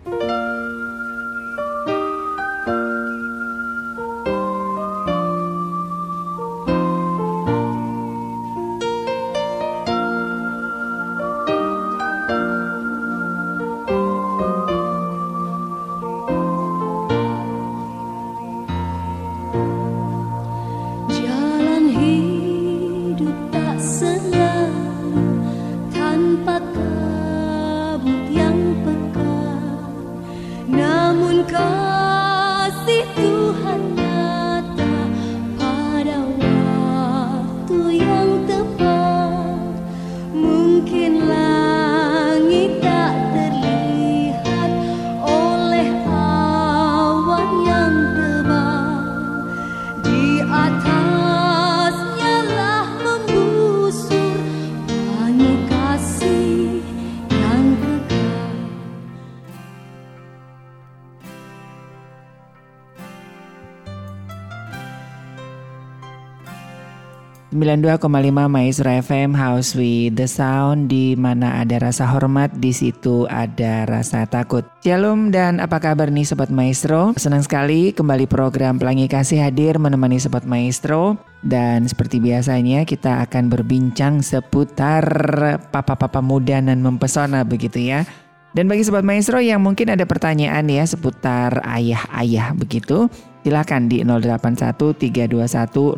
92,5 Maestro FM, House with the Sound. Di mana ada rasa hormat, di situ ada rasa takut. Shalom dan apa kabar nih Sobat Maestro? Senang sekali kembali program Pelangi Kasih hadir menemani Sobat Maestro. Dan seperti biasanya kita akan berbincang seputar papa-papa muda dan mempesona begitu ya. Dan bagi Sobat Maestro yang mungkin ada pertanyaan ya seputar ayah-ayah begitu, silakan di 081-321-000925.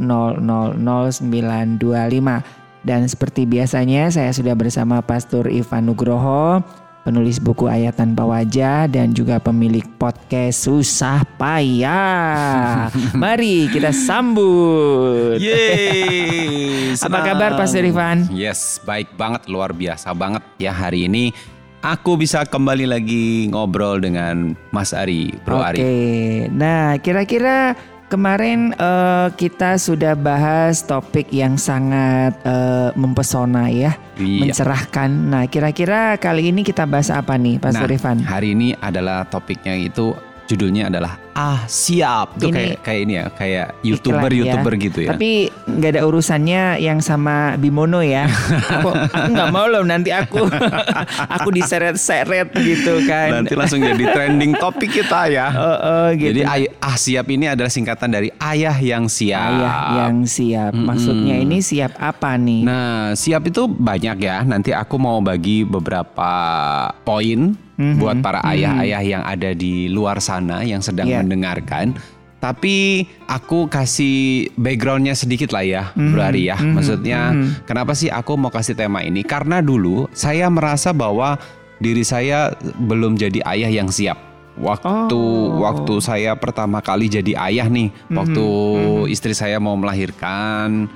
Dan seperti biasanya saya sudah bersama Pastor Ivan Nugroho, penulis buku Ayat Tanpa Wajah dan juga pemilik podcast Susah Payah. Mari kita sambut. Yeay, apa kabar Pastor Ivan? Yes, baik banget, luar biasa banget ya hari ini. Aku bisa kembali lagi ngobrol dengan Mas Ari, Bro Ari. Oke, nah kira-kira kemarin kita sudah bahas topik yang sangat mempesona ya, mencerahkan. Nah kira-kira kali ini kita bahas apa nih Pastor Ivan? Hari ini adalah topiknya itu judulnya adalah siap. Itu kayak ini ya, kayak YouTuber gitu ya. Tapi nggak ada urusannya yang sama Bimono ya. Aku nggak mau loh nanti aku diseret-seret gitu kan. Nanti langsung jadi trending topik kita ya. Gitu. Jadi siap ini adalah singkatan dari ayah yang siap. Ayah yang siap. Maksudnya ini siap apa nih? Nah, siap itu banyak ya. Nanti aku mau bagi beberapa poin buat para ayah-ayah yang ada di luar sana yang sedang mendengarkan. Tapi aku kasih backgroundnya sedikit lah ya, Bro Ari ya. Maksudnya kenapa sih aku mau kasih tema ini? Karena dulu saya merasa bahwa diri saya belum jadi ayah yang siap. Waktu saya pertama kali jadi ayah nih, waktu istri saya mau melahirkan,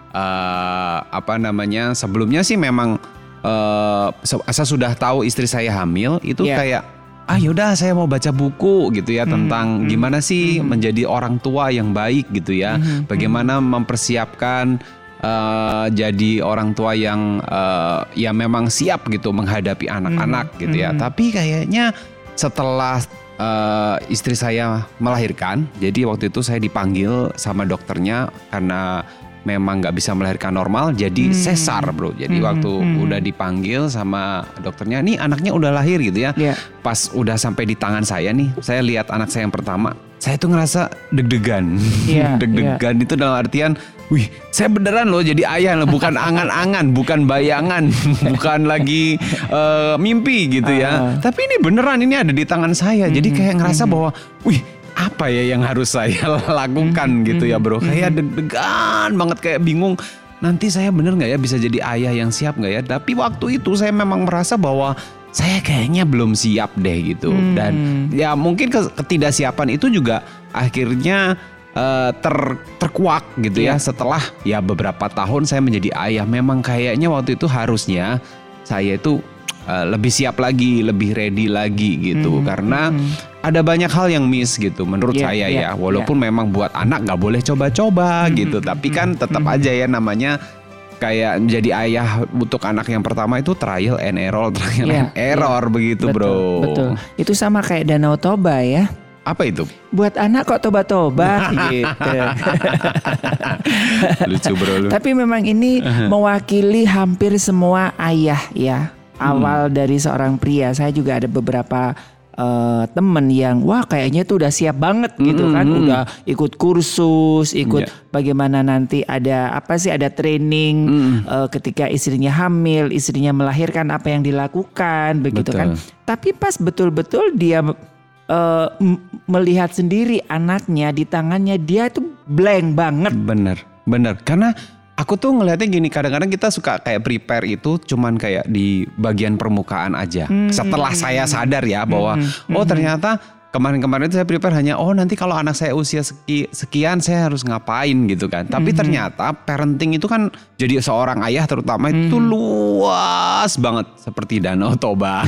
sebelumnya sih memang saya sudah tahu istri saya hamil itu kayak yaudah saya mau baca buku gitu ya tentang gimana sih menjadi orang tua yang baik gitu ya, bagaimana mempersiapkan jadi orang tua yang ya memang siap gitu menghadapi anak-anak gitu ya. Tapi kayaknya setelah istri saya melahirkan, jadi waktu itu saya dipanggil sama dokternya karena memang nggak bisa melahirkan normal, jadi sesar bro. Jadi waktu udah dipanggil sama dokternya, nih anaknya udah lahir gitu ya. Pas udah sampai di tangan saya nih, saya lihat anak saya yang pertama, saya tuh ngerasa deg-degan. Deg-degan itu dalam artian, wih saya beneran loh jadi ayah loh, bukan angan-angan, bukan bayangan, bukan lagi mimpi gitu ya. Tapi ini beneran, ini ada di tangan saya. Jadi kayak ngerasa bahwa, wih apa ya yang harus saya lakukan gitu ya bro. Kayak deg-degan banget, kayak bingung nanti saya bener gak ya bisa jadi ayah yang siap gak ya. Tapi waktu itu saya memang merasa bahwa saya kayaknya belum siap deh gitu. Dan ya mungkin ketidaksiapan itu juga akhirnya terkuak gitu ya. Setelah ya beberapa tahun saya menjadi ayah, memang kayaknya waktu itu harusnya saya itu lebih siap lagi, lebih ready lagi gitu. Karena ada banyak hal yang miss gitu menurut saya ya. Walaupun memang buat anak gak boleh coba-coba gitu. Tapi kan tetap aja ya, namanya kayak menjadi ayah untuk anak yang pertama itu trial and error, begitu bro. Betul. Itu sama kayak Danau Toba ya. Apa itu? Buat anak kok toba-toba gitu. Lucu bro lu. Tapi memang ini mewakili hampir semua ayah ya. Awal dari seorang pria. Saya juga ada beberapa temen yang wah kayaknya tuh udah siap banget gitu kan, udah ikut kursus, ikut bagaimana nanti ada training ketika istrinya hamil, istrinya melahirkan apa yang dilakukan begitu kan. Tapi pas betul-betul dia melihat sendiri anaknya di tangannya, dia tuh blank banget. Bener. Karena aku tuh ngelihatnya gini, kadang-kadang kita suka kayak prepare itu cuman kayak di bagian permukaan aja. Setelah saya sadar ya bahwa ternyata kemarin-kemarin itu saya prepare hanya nanti kalau anak saya usia sekian saya harus ngapain gitu kan. Tapi ternyata parenting itu kan jadi seorang ayah terutama itu luas banget seperti Danau Toba.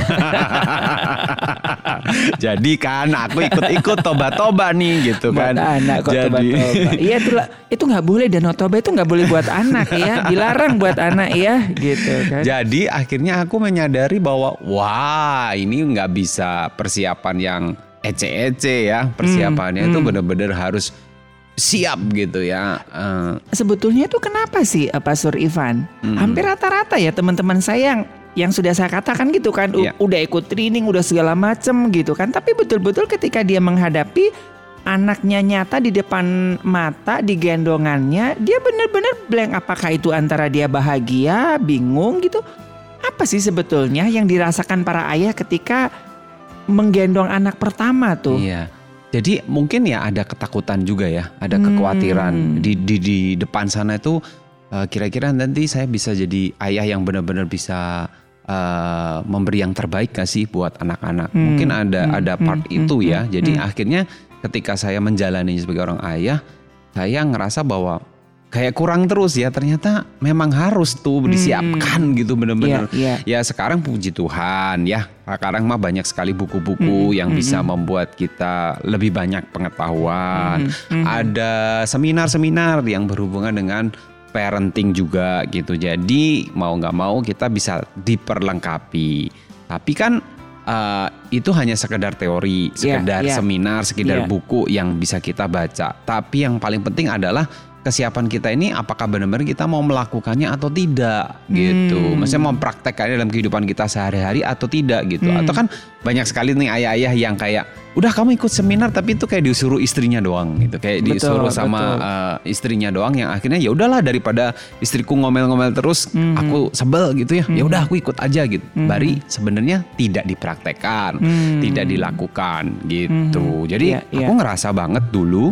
Jadi kan aku ikut-ikut toba-toba nih gitu kan. Buat anak kok toba-toba. Iya itu nggak boleh, Danau Toba itu nggak boleh buat anak ya, dilarang buat anak ya gitu kan. Jadi akhirnya aku menyadari bahwa wah ini nggak bisa persiapan yang ece-ece ya, persiapannya itu benar-benar harus siap gitu ya. Sebetulnya itu kenapa sih Pastor Ivan? Hampir rata-rata ya teman-teman saya yang sudah saya katakan gitu kan, udah ikut training, udah segala macem gitu kan. Tapi betul-betul ketika dia menghadapi anaknya nyata di depan mata, di gendongannya, dia benar-benar blank. Apakah itu antara dia bahagia, bingung gitu? Apa sih sebetulnya yang dirasakan para ayah ketika menggendong anak pertama tuh? Iya. Jadi mungkin ya ada ketakutan juga ya, ada kekhawatiran di depan sana itu kira-kira nanti saya bisa jadi ayah yang benar-benar bisa memberi yang terbaik gak sih buat anak-anak. Mungkin ada part itu ya. Jadi akhirnya ketika saya menjalani sebagai orang ayah, saya ngerasa bahwa kayak kurang terus ya, ternyata memang harus tuh disiapkan gitu benar-benar. Ya sekarang puji Tuhan ya, sekarang mah banyak sekali buku-buku yang bisa membuat kita lebih banyak pengetahuan. Ada seminar-seminar yang berhubungan dengan parenting juga gitu. Jadi mau nggak mau kita bisa diperlengkapi. Tapi kan itu hanya sekedar teori, sekedar seminar, sekedar buku yang bisa kita baca. Tapi yang paling penting adalah kesiapan kita ini, apakah benar-benar kita mau melakukannya atau tidak gitu. Maksudnya mempraktekkannya dalam kehidupan kita sehari-hari atau tidak gitu. Atau kan banyak sekali nih ayah-ayah yang kayak udah kamu ikut seminar tapi itu kayak disuruh istrinya doang gitu. Kayak disuruh sama istrinya doang, yang akhirnya ya udahlah daripada istriku ngomel-ngomel terus aku sebel gitu ya. Ya udah aku ikut aja gitu. Bari sebenarnya tidak dipraktekkan, tidak dilakukan gitu. Jadi aku ngerasa banget dulu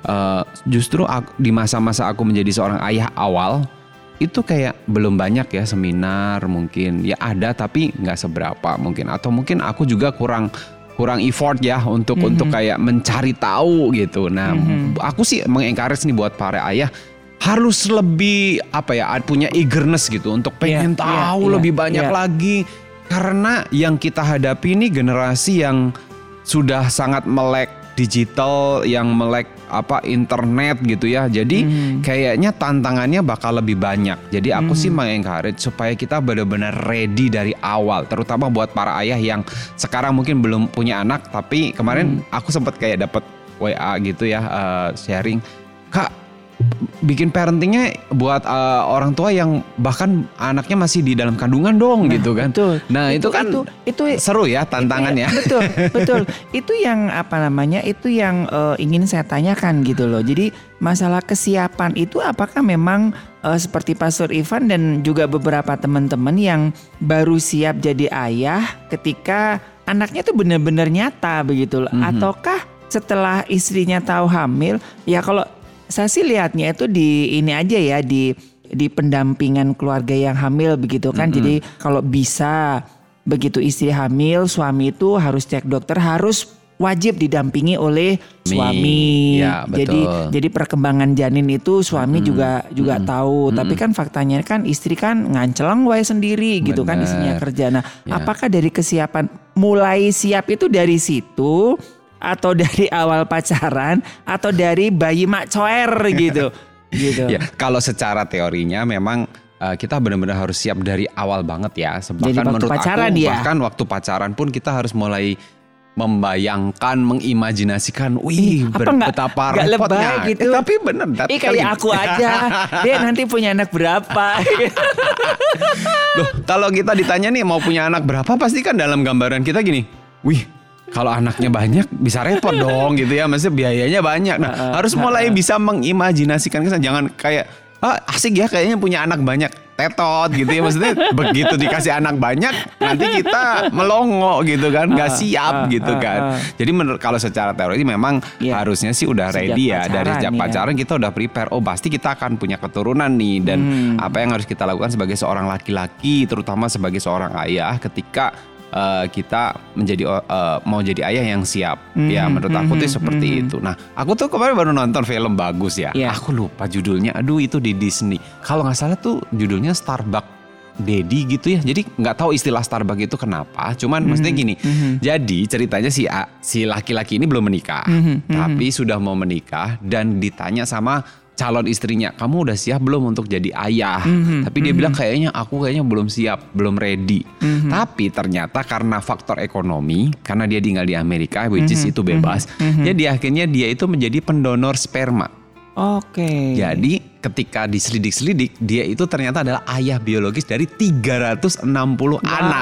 justru di masa-masa aku menjadi seorang ayah awal itu kayak belum banyak ya seminar, mungkin ya ada tapi nggak seberapa mungkin, atau mungkin aku juga kurang effort ya untuk kayak mencari tahu gitu. Nah aku sih mengencourage nih buat para ayah harus lebih punya eagerness gitu untuk pengen tahu lebih banyak lagi, karena yang kita hadapi ini generasi yang sudah sangat melek digital, yang melek internet gitu ya. Jadi kayaknya tantangannya bakal lebih banyak. Jadi aku sih mengencourage supaya kita benar-benar ready dari awal, terutama buat para ayah yang sekarang mungkin belum punya anak, tapi kemarin aku sempat kayak dapat WA gitu ya, sharing, Kak, bikin parentingnya buat orang tua yang bahkan anaknya masih di dalam kandungan dong gitu kan. Betul. Nah itu seru ya tantangannya. Betul. Itu yang itu yang ingin saya tanyakan gitu loh. Jadi masalah kesiapan itu apakah memang seperti Pastor Ivan dan juga beberapa teman-teman yang baru siap jadi ayah ketika anaknya tuh benar-benar nyata begitu loh. Ataukah setelah istrinya tahu hamil, ya kalau saya sih lihatnya itu di ini aja ya, di pendampingan keluarga yang hamil begitu kan. Jadi kalau bisa begitu istri hamil, suami itu harus cek dokter, harus wajib didampingi oleh suami. Ya, betul. Jadi perkembangan janin itu suami juga tahu. Tapi kan faktanya kan istri kan ngancelang wae sendiri gitu kan, istrinya kerja. Nah, apakah dari kesiapan mulai siap itu dari situ, atau dari awal pacaran, atau dari bayi mak coer gitu. Ya, kalau secara teorinya memang kita benar-benar harus siap dari awal banget ya. Bahkan menurut aku bahkan waktu pacaran pun kita harus mulai membayangkan, mengimajinasikan, betapa repotnya gitu. Tapi benar. Kayak aku aja, dia nanti punya anak berapa? Loh, kalau kita ditanya nih mau punya anak berapa, pasti kan dalam gambaran kita gini, kalau anaknya banyak bisa repot dong gitu ya, maksudnya biayanya banyak. Nah, harus mulai bisa mengimajinasikan, jangan kayak asik ya kayaknya punya anak banyak, tetot gitu ya, maksudnya begitu dikasih anak banyak nanti kita melongo gitu kan, nggak siap gitu kan. Jadi menurut kalau secara teori memang harusnya sih udah ready ya, dari sejak pacaran kita udah prepare, pasti kita akan punya keturunan nih, dan apa yang harus kita lakukan sebagai seorang laki-laki, terutama sebagai seorang ayah ketika kita menjadi mau jadi ayah yang siap. Ya menurut aku tuh seperti itu. Nah, aku tuh kemarin baru nonton film bagus ya. Aku lupa judulnya. Aduh, itu di Disney. Kalau nggak salah tuh judulnya Starbucks Daddy gitu ya. Jadi nggak tahu istilah Starbucks itu kenapa. Cuman maksudnya gini. Jadi ceritanya si laki-laki ini belum menikah, tapi sudah mau menikah dan ditanya sama calon istrinya, kamu udah siap belum untuk jadi ayah? Tapi dia bilang kayaknya belum siap, belum ready. Tapi ternyata karena faktor ekonomi, karena dia tinggal di Amerika, which is itu bebas, jadi akhirnya dia itu menjadi pendonor sperma. Oke. Jadi ketika diselidik-selidik, dia itu ternyata adalah ayah biologis dari 360 anak.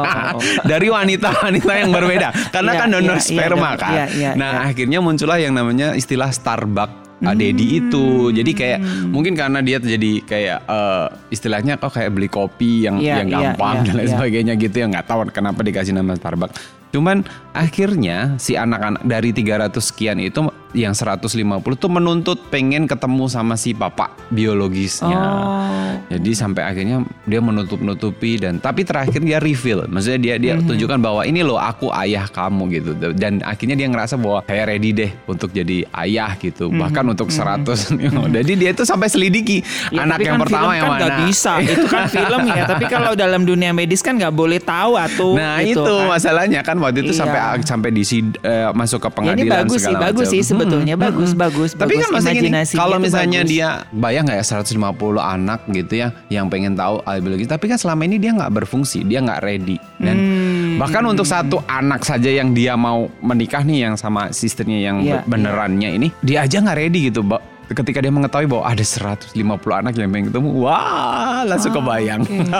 Dari wanita-wanita yang berbeda. Karena kan donor sperma kan. Nah akhirnya muncullah yang namanya istilah Starbucks Daddy itu. Jadi kayak mungkin karena dia jadi kayak istilahnya kok kayak beli kopi yang gampang dan lain sebagainya gitu ya, nggak tahu kenapa dikasih nama Starbucks. Cuman akhirnya si anak-anak dari 300 sekian itu yang 150 tuh menuntut pengen ketemu sama si bapak biologisnya. Jadi sampai akhirnya dia menutup-nutupi, dan tapi terakhir dia reveal. Maksudnya dia tunjukkan bahwa ini loh aku ayah kamu gitu. Dan akhirnya dia ngerasa bahwa kayak ready deh untuk jadi ayah gitu. Bahkan untuk 100. Jadi dia itu sampai selidiki anak yang kan pertama yang kan mana. Gak bisa, itu kan film ya. Tapi kalau dalam dunia medis kan nggak boleh tahu atuh. Nah gitu, itu kan masalahnya kan waktu itu sampai masuk ke pengadilan. Ya, ini bagus segala sih, bagus sih sebetulnya, bagus. Tapi kan maksudnya kalau misalnya bagus. Dia bayang nggak ya 150 anak gitu ya yang pengen tahu biologis, tapi kan selama ini dia nggak berfungsi, dia nggak ready, dan bahkan untuk satu anak saja yang dia mau menikah nih yang sama sisternya yang benerannya ini, dia aja nggak ready gitu. Ketika dia mengetahui bahwa ada 150 anak yang pengen ketemu, wah langsung kebayang.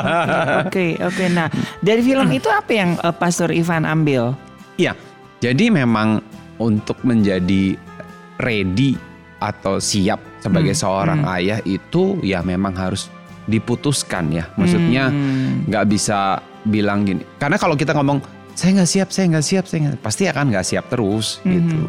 Oke. Nah dari film itu apa yang Pastor Ivan ambil? Iya, jadi memang untuk menjadi ready atau siap sebagai seorang ayah itu ya memang harus diputuskan ya. Maksudnya nggak bisa bilang gini. Karena kalau kita ngomong saya nggak siap, pasti akan nggak siap terus gitu.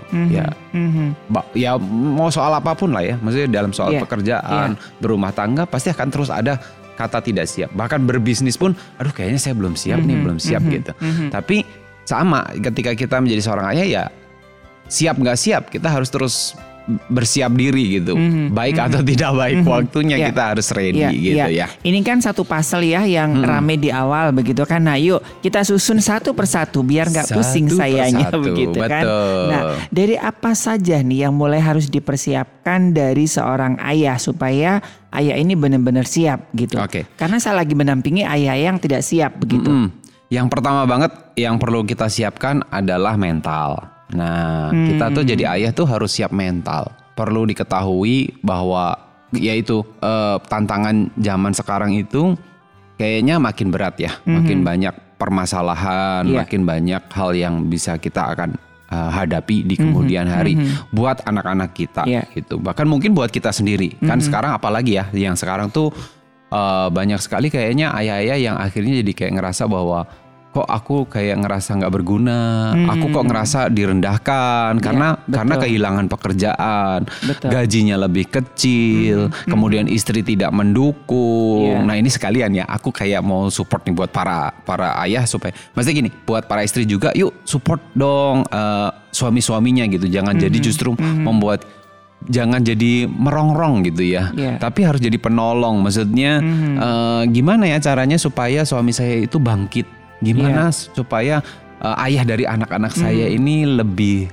Ya mau soal apapun lah ya. Maksudnya dalam soal pekerjaan, berumah tangga pasti akan terus ada kata tidak siap. Bahkan berbisnis pun, aduh kayaknya saya belum siap gitu. Tapi sama ketika kita menjadi seorang ayah ya siap nggak siap kita harus terus bersiap diri gitu. Baik atau tidak baik waktunya kita harus ready gitu ya. Ini kan satu puzzle ya yang rame di awal begitu kan. Nah yuk kita susun satu persatu biar nggak pusing sayanya begitu kan. Nah dari apa saja nih yang mulai harus dipersiapkan dari seorang ayah supaya ayah ini benar-benar siap gitu. Karena saya lagi mendampingi ayah yang tidak siap begitu. Yang pertama banget yang perlu kita siapkan adalah mental. Nah, kita tuh jadi ayah tuh harus siap mental. Perlu diketahui bahwa yaitu tantangan zaman sekarang itu kayaknya makin berat ya, makin banyak permasalahan, makin banyak hal yang bisa kita akan hadapi di kemudian hari buat anak-anak kita gitu. Bahkan mungkin buat kita sendiri. Kan sekarang apalagi ya, yang sekarang tuh banyak sekali kayaknya ayah-ayah yang akhirnya jadi kayak ngerasa bahwa kok aku kayak ngerasa nggak berguna, aku kok ngerasa direndahkan karena kehilangan pekerjaan, gajinya lebih kecil, kemudian istri tidak mendukung. Nah ini sekalian ya, aku kayak mau support nih buat para ayah supaya, maksudnya gini, buat para istri juga, yuk support dong suami-suaminya gitu, jangan jadi justru membuat, jangan jadi merongrong gitu ya, tapi harus jadi penolong. Maksudnya gimana ya caranya supaya suami saya itu bangkit. Gimana supaya ayah dari anak-anak saya ini lebih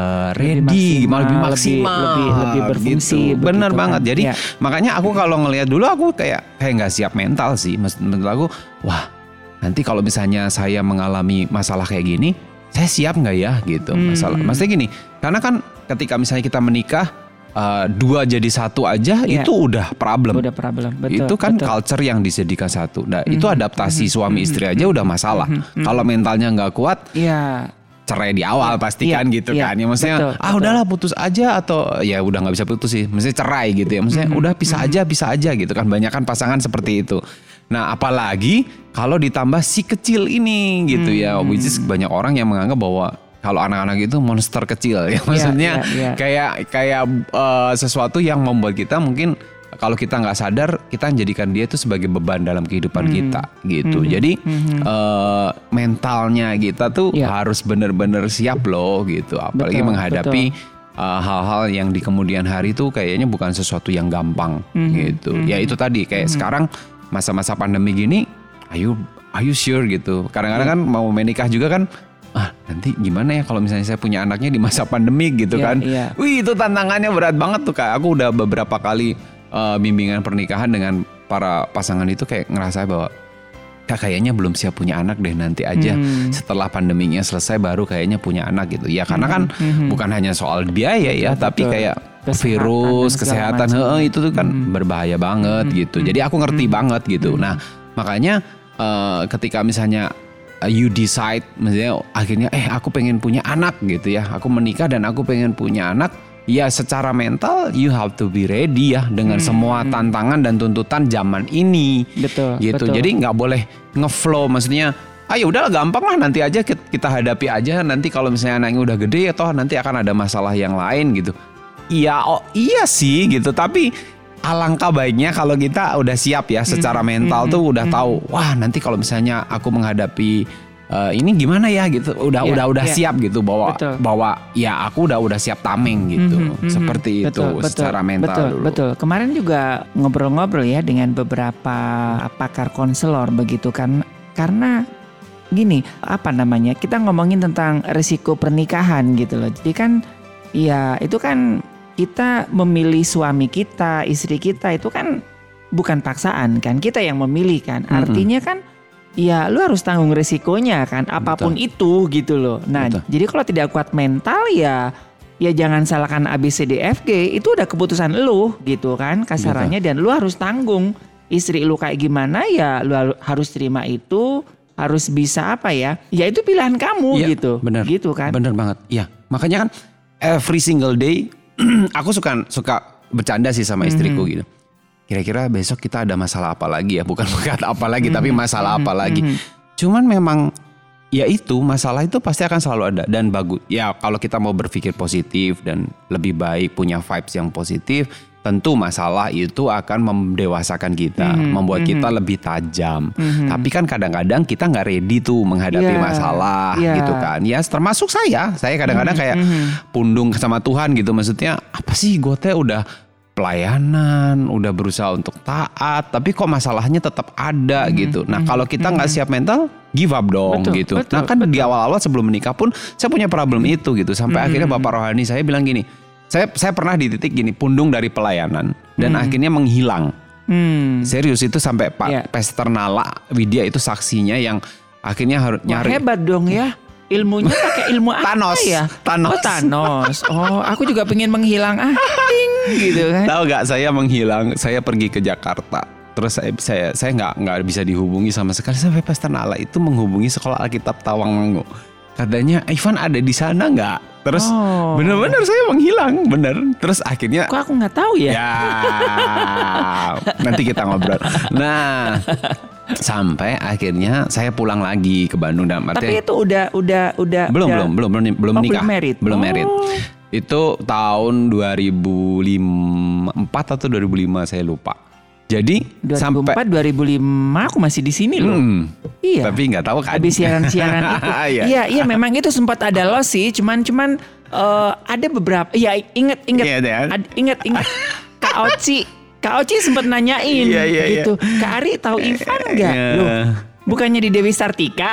ready, lebih maksimal, lebih berfungsi. Gitu. Bener banget. Jadi makanya aku kalau ngelihat dulu aku kayak nggak siap mental sih. Menurut aku, wah nanti kalau misalnya saya mengalami masalah kayak gini, saya siap nggak ya gitu masalah. Maksudnya gini, karena kan ketika misalnya kita menikah, 2 jadi 1 aja itu udah problem. Betul, itu kan culture yang disediakan satu. Nah itu adaptasi suami istri aja udah masalah. Kalau mentalnya nggak kuat, cerai di awal pasti kan gitu kan. Ya maksudnya betul. Udahlah putus aja atau ya udah nggak bisa putus sih. Maksudnya cerai gitu ya. Maksudnya udah bisa aja gitu kan. Banyak kan pasangan seperti itu. Nah apalagi kalau ditambah si kecil ini gitu ya. Which is banyak orang yang menganggap bahwa kalau anak-anak itu monster kecil ya. Maksudnya kayak sesuatu yang membuat kita mungkin kalau kita nggak sadar kita menjadikan dia itu sebagai beban dalam kehidupan kita gitu. Jadi mentalnya kita tuh harus benar-benar siap loh gitu. Apalagi menghadapi hal-hal yang di kemudian hari tuh kayaknya bukan sesuatu yang gampang gitu. Ya itu tadi kayak sekarang masa-masa pandemi gini, are you sure gitu. Kadang-kadang kan mau menikah juga kan. Nanti gimana ya kalau misalnya saya punya anaknya di masa pandemi gitu kan. Wih itu tantangannya berat banget tuh Kak. Aku udah beberapa kali bimbingan pernikahan dengan para pasangan itu kayak ngerasa bahwa kayaknya belum siap punya anak deh, nanti aja setelah pandeminya selesai baru kayaknya punya anak gitu ya, karena kan bukan hanya soal biaya ya, tapi kayak virus, kesehatan itu tuh kan berbahaya banget gitu. Jadi aku ngerti banget gitu. Nah makanya ketika misalnya you decide misalnya akhirnya aku pengen punya anak gitu ya, aku menikah dan aku pengen punya anak. Ya secara mental you have to be ready ya dengan semua tantangan dan tuntutan zaman ini. Betul. Gitu. Betul. Jadi nggak boleh ngeflow, maksudnya ya udahlah gampang lah, nanti aja kita hadapi aja, nanti kalau misalnya anaknya udah gede toh nanti akan ada masalah yang lain gitu. Iya sih gitu, tapi alangkah baiknya kalau kita udah siap ya secara mental tuh udah tahu, wah nanti kalau misalnya aku menghadapi ini gimana ya gitu, udah siap gitu bahwa ya aku udah siap tameng gitu, seperti itu secara mental dulu. Betul. Kemarin juga ngobrol-ngobrol ya dengan beberapa pakar konselor begitu kan, karena gini kita ngomongin tentang risiko pernikahan gitu loh. Jadi kan ya itu kan kita memilih suami kita, istri kita itu kan bukan paksaan kan, kita yang memilih kan. Artinya kan ya lu harus tanggung resikonya kan, apapun itu gitu loh. Nah jadi kalau tidak kuat mental ya jangan salahkan ABCDFG, itu udah keputusan lu gitu kan kasarannya. Dan lu harus tanggung. Istri lu kayak gimana ya lu harus terima itu, harus bisa ya itu pilihan kamu gitu. Bener, gitu kan. Bener banget ya. Makanya kan every single day aku suka bercanda sih sama istriku gitu. Kira-kira besok kita ada masalah apa lagi ya? Bukan apa lagi, tapi masalah apa lagi. Cuman memang ya itu, masalah itu pasti akan selalu ada. Dan bagus, ya kalau kita mau berpikir positif dan lebih baik punya vibes yang positif, tentu masalah itu akan mendewasakan kita, membuat kita lebih tajam. Tapi kan kadang-kadang kita gak ready tuh menghadapi masalah gitu kan. Ya termasuk saya kadang-kadang kayak pundung sama Tuhan gitu. Maksudnya apa sih gue udah pelayanan, udah berusaha untuk taat, tapi kok masalahnya tetap ada gitu. Nah kalau kita nggak siap mental, give up dong gitu. Nah kan di awal-awal sebelum menikah pun saya punya problem itu gitu. Sampai akhirnya Bapak Rohani saya bilang gini, saya pernah di titik gini, pundung dari pelayanan dan akhirnya menghilang. Serius itu sampai Pak Pastor Nala Widya itu saksinya yang akhirnya harus nyari. Hebat dong ya. Ilmunya pakai ilmu apa ya? Thanos. Oh, aku juga pengen menghilang gitu kan. Tahu nggak, saya menghilang, saya pergi ke Jakarta. Terus saya nggak bisa dihubungi sama sekali. Sampai Pastor Nala itu menghubungi Sekolah Alkitab Tawangmangu. Katanya Ivan ada di sana nggak? Terus bener-bener saya menghilang, bener. Terus akhirnya kok aku nggak tahu ya? Ya nanti kita ngobrol. Nah sampai akhirnya saya pulang lagi ke Bandung. Tapi itu udah belum menikah, belum married. Itu tahun 2004 atau 2005 saya lupa. Jadi 2004 sampai 2005 aku masih di sini loh. Iya. Tapi nggak tahu kan. Habis siaran-siaran itu. Iya memang itu sempat ada loss sih. Cuman ada beberapa. Iya inget. Inget. Kak Oci sempat nanyain gitu. Kak Ari tahu Ivan nggak? Loh, bukannya di Dewi Sartika?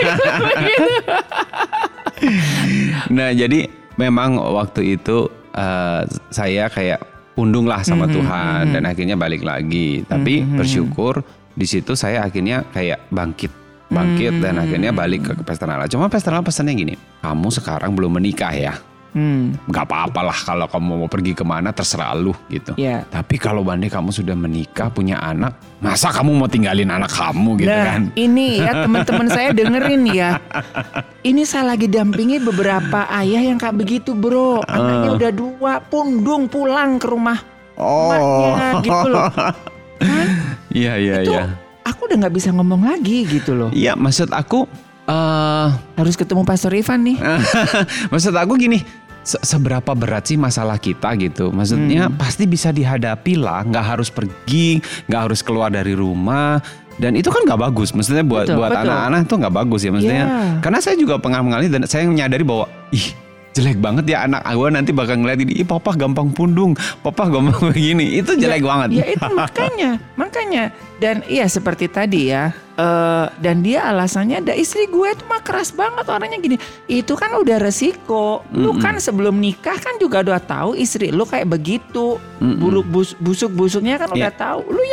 Nah jadi memang waktu itu saya kayak pundung lah sama Tuhan dan akhirnya balik lagi. Tapi bersyukur di situ saya akhirnya kayak bangkit dan akhirnya balik ke Pastor Nala. Cuma Pastor Nala pesannya gini, kamu sekarang belum menikah ya. Gak apa-apalah kalau kamu mau pergi kemana terserah lu gitu. Tapi kalau Bande kamu sudah menikah punya anak, masa kamu mau tinggalin anak kamu gitu kan? Ini ya teman-teman saya dengerin ya. Ini saya lagi dampingi beberapa ayah yang kayak begitu bro. Anaknya udah 2 pundung pulang ke rumah emaknya gitu loh. Kan? Iya. Aku udah gak bisa ngomong lagi gitu loh. Iya maksud aku harus ketemu Pastor Ivan nih. Maksud aku gini, seberapa berat sih masalah kita gitu. Maksudnya pasti bisa dihadapi lah. Gak harus pergi, gak harus keluar dari rumah. Dan itu kan gak bagus. Maksudnya buat anak-anak itu gak bagus ya. Maksudnya karena saya juga pernah mengalami dan saya menyadari bahwa jelek banget ya anak gue nanti bakal ngeliat ini, papa gampang pundung, papa gampang begini, itu jelek banget. Ya itu makanya. Dan iya seperti tadi ya, dan dia alasannya ada istri gue itu mah keras banget orangnya gini. Itu kan udah resiko. Lu kan sebelum nikah kan juga udah tahu istri lu kayak begitu, busuk-busuknya kan udah tahu. Lu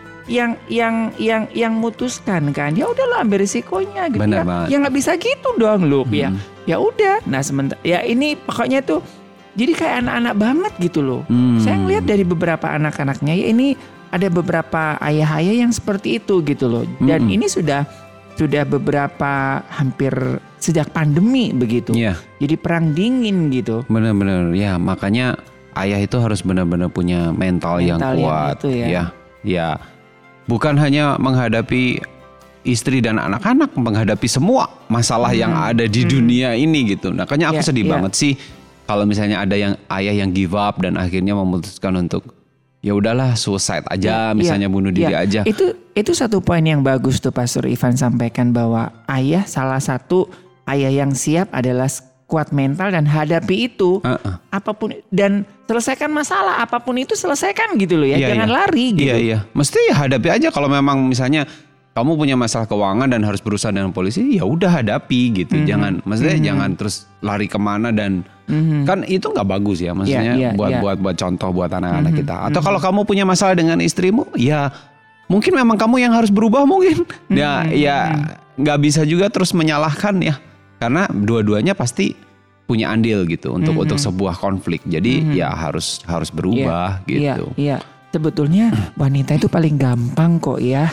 yang mutuskan kan, ya udahlah ambil risikonya gitu. Bener ya. Banget. Ya nggak bisa gitu dong lu ya udah. Nah sementara ya ini pokoknya tuh jadi kayak anak-anak banget gitu loh. Saya ngeliat dari beberapa anak-anaknya ya ini ada beberapa ayah-ayah yang seperti itu gitu loh. Dan ini sudah beberapa hampir sejak pandemi begitu. Jadi perang dingin gitu. Bener-bener ya, makanya ayah itu harus benar-benar punya mental yang kuat ya. Bukan hanya menghadapi istri dan anak-anak, menghadapi semua masalah yang ada di dunia ini gitu. Makanya aku sedih banget sih kalau misalnya ada yang ayah yang give up dan akhirnya memutuskan untuk ya udahlah suicide aja, misalnya bunuh diri aja. Itu satu poin yang bagus tuh Pastor Ivan sampaikan bahwa salah satu ayah yang siap adalah kuat mental dan hadapi itu apapun dan selesaikan masalah apapun itu selesaikan gitu loh ya. Jangan lari gitu. Iya. Mesti ya hadapi aja kalau memang misalnya kamu punya masalah keuangan dan harus berusaha dengan polisi, ya udah hadapi gitu. Jangan jangan terus lari kemana dan kan itu nggak bagus ya. Maksudnya buat contoh buat anak-anak kita. Atau kalau kamu punya masalah dengan istrimu, ya mungkin memang kamu yang harus berubah mungkin. Ya nggak bisa juga terus menyalahkan ya. Karena dua-duanya pasti punya andil gitu untuk sebuah konflik. Jadi ya harus berubah gitu. Iya. Sebetulnya wanita itu paling gampang kok ya.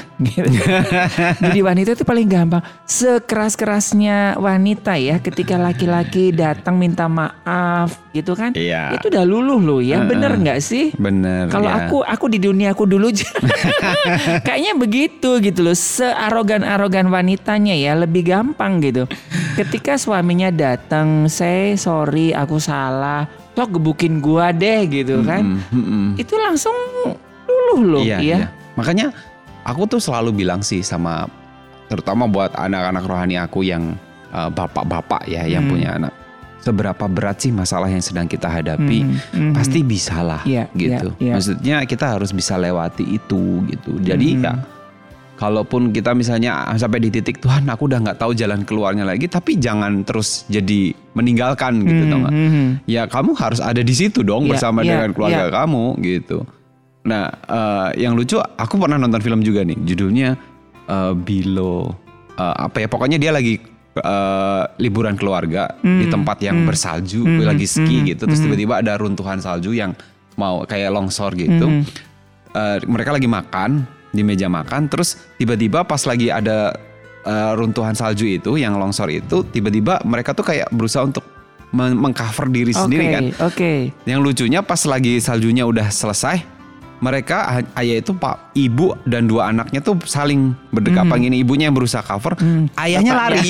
Jadi wanita itu paling gampang. Sekeras-kerasnya wanita ya ketika laki-laki datang minta maaf gitu kan. Itu udah luluh loh ya. Bener gak sih? Bener. Kalau aku di dunia aku dulu kayaknya begitu gitu loh. Searogan-arogan wanitanya ya lebih gampang gitu. Ketika suaminya datang, say sorry aku salah. Sok gebukin gua deh gitu kan. Itu langsung luluh loh ya. Makanya aku tuh selalu bilang sih sama terutama buat anak-anak rohani aku yang bapak-bapak ya yang punya anak. Seberapa berat sih masalah yang sedang kita hadapi, pasti bisalah gitu. Maksudnya kita harus bisa lewati itu gitu. Jadi ya kalaupun kita misalnya sampai di titik Tuhan aku udah gak tahu jalan keluarnya lagi, tapi jangan terus jadi meninggalkan gitu tau gak? Ya kamu harus ada di situ dong bersama dengan keluarga kamu gitu. Nah yang lucu aku pernah nonton film juga nih judulnya Below pokoknya dia lagi liburan keluarga di tempat yang bersalju, lagi ski gitu, terus tiba-tiba ada runtuhan salju yang mau kayak longsor gitu. Mereka lagi makan di meja makan, terus tiba-tiba pas lagi ada runtuhan salju itu yang longsor itu, tiba-tiba mereka tuh kayak berusaha untuk mengcover diri sendiri kan. Yang lucunya pas lagi saljunya udah selesai, mereka ayah itu ibu dan 2 anaknya tuh saling berdekatan ini, ibunya yang berusaha cover, ayahnya lari.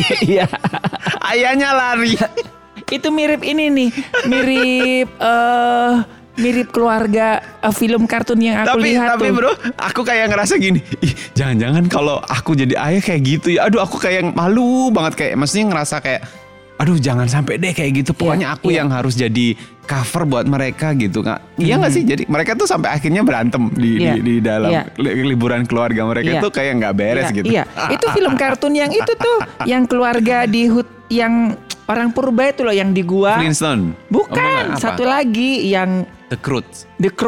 Ayahnya lari. Itu mirip ini nih, mirip keluarga film kartun yang aku lihat tapi bro, aku kayak ngerasa gini, jangan-jangan kalau aku jadi ayah kayak gitu ya, aduh aku kayak malu banget, kayak maksudnya ngerasa kayak aduh jangan sampai deh kayak gitu, pokoknya aku yang harus jadi cover buat mereka gitu kak. Iya nggak sih, jadi mereka tuh sampai akhirnya berantem di dalam liburan keluarga mereka tuh kayak nggak beres gitu. Itu film kartun yang itu tuh yang keluarga di yang orang purba itu loh yang di gua. Flintstone. Bukan, satu lagi yang The Croods.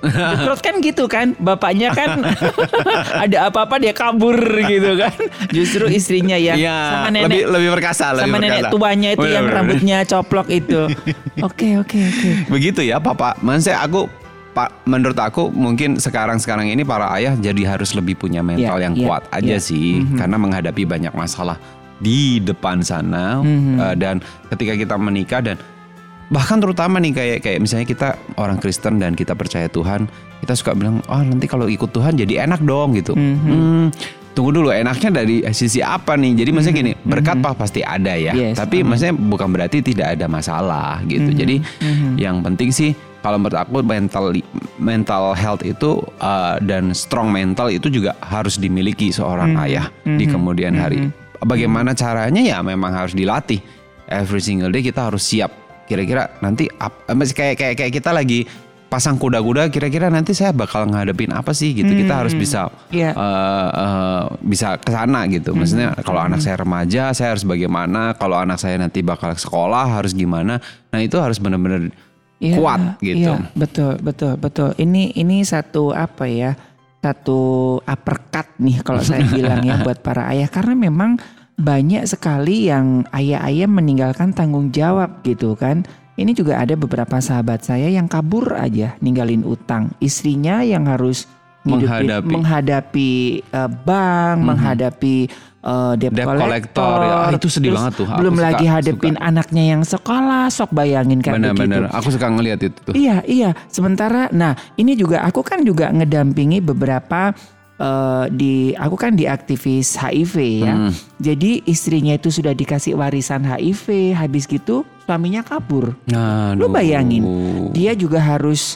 Detrot kan gitu kan, bapaknya kan ada apa-apa dia kabur gitu kan. Justru istrinya yang sama nenek lebih perkasa, sama nenek tuanya itu yang rambutnya coplok itu. Oke. Begitu ya papa. Maksudnya menurut aku mungkin sekarang ini para ayah jadi harus lebih punya mental yang kuat aja sih, karena menghadapi banyak masalah di depan sana. Dan ketika kita menikah dan bahkan terutama nih kayak misalnya kita orang Kristen dan kita percaya Tuhan, kita suka bilang nanti kalau ikut Tuhan jadi enak dong gitu. Tunggu dulu, enaknya dari sisi apa nih? Jadi maksudnya gini, berkat pasti ada ya. Tapi maksudnya bukan berarti tidak ada masalah gitu. Jadi yang penting sih kalau menurut aku mental health itu dan strong mental itu juga harus dimiliki seorang ayah di kemudian hari. Bagaimana caranya ya memang harus dilatih. Every single day kita harus siap. Kira-kira nanti kayak kita lagi pasang kuda-kuda, kira-kira nanti saya bakal ngadepin apa sih gitu. Kita harus bisa bisa kesana gitu. Maksudnya kalau anak saya remaja, saya harus bagaimana. Kalau anak saya nanti bakal sekolah harus gimana. Nah itu harus benar-benar kuat gitu. Iya, betul. Ini satu satu uppercut nih kalau saya bilang ya buat para ayah, karena memang banyak sekali yang ayah-ayah meninggalkan tanggung jawab gitu kan. Ini juga ada beberapa sahabat saya yang kabur aja ninggalin utang. Istrinya yang harus menghadapi bank, menghadapi debt collector. Itu sedih banget tuh. Belum lagi hadapin anaknya yang sekolah, sok bayangin kan begitu. Bener. Aku suka ngelihat itu tuh. Iya. Sementara, ini juga aku kan juga ngedampingi beberapa aku kan di aktivis HIV ya. Jadi istrinya itu sudah dikasih warisan HIV, habis gitu suaminya kabur. Lu bayangin, dia juga harus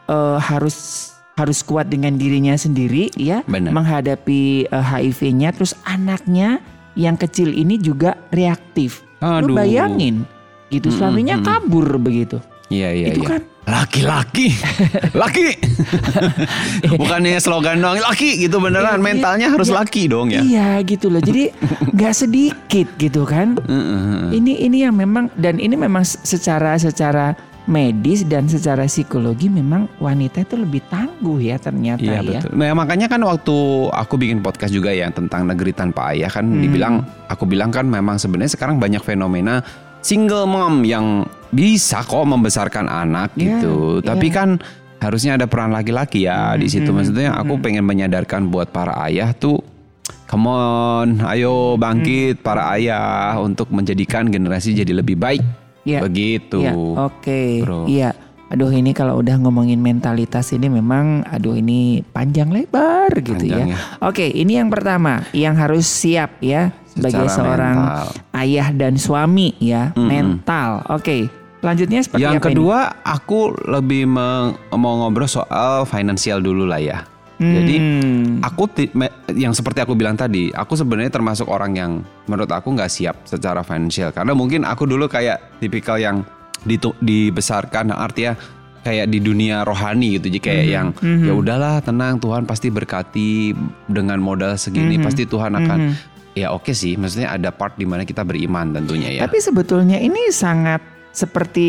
kuat dengan dirinya sendiri ya. Bener. Menghadapi HIV-nya, terus anaknya yang kecil ini juga reaktif. Lu bayangin gitu, suaminya kabur begitu. Iya. Itu kan laki. Bukannya slogan doang laki gitu, beneran mentalnya harus laki dong ya. Iya gitu loh. Jadi nggak sedikit gitu kan. Ini yang memang, dan ini memang secara medis dan secara psikologi memang wanita itu lebih tangguh ya ternyata. Iya, betul. Nah makanya kan waktu aku bikin podcast juga ya tentang negeri tanpa ayah kan aku bilang kan memang sebenarnya sekarang banyak fenomena single mom yang bisa kok membesarkan anak gitu. Tapi kan harusnya ada peran laki-laki ya di situ. Maksudnya aku pengen menyadarkan buat para ayah tuh, come on, ayo bangkit para ayah untuk menjadikan generasi jadi lebih baik. Begitu. Oke. Iya. Aduh, ini kalau udah ngomongin mentalitas ini memang ini panjang lebar gitu ya. Oke, ini yang pertama yang harus siap ya sebagai seorang ayah dan suami ya, mental. Oke. Selanjutnya seperti yang apa kedua ini? Aku lebih mau ngobrol soal finansial dulu lah ya. Jadi aku yang seperti aku bilang tadi, aku sebenarnya termasuk orang yang menurut aku nggak siap secara finansial, karena mungkin aku dulu kayak tipikal yang dibesarkan, artinya kayak di dunia rohani gitu, jadi kayak yang ya udahlah tenang, Tuhan pasti berkati dengan modal segini, pasti Tuhan akan ya oke sih, maksudnya ada part di mana kita beriman tentunya ya. Tapi sebetulnya ini sangat seperti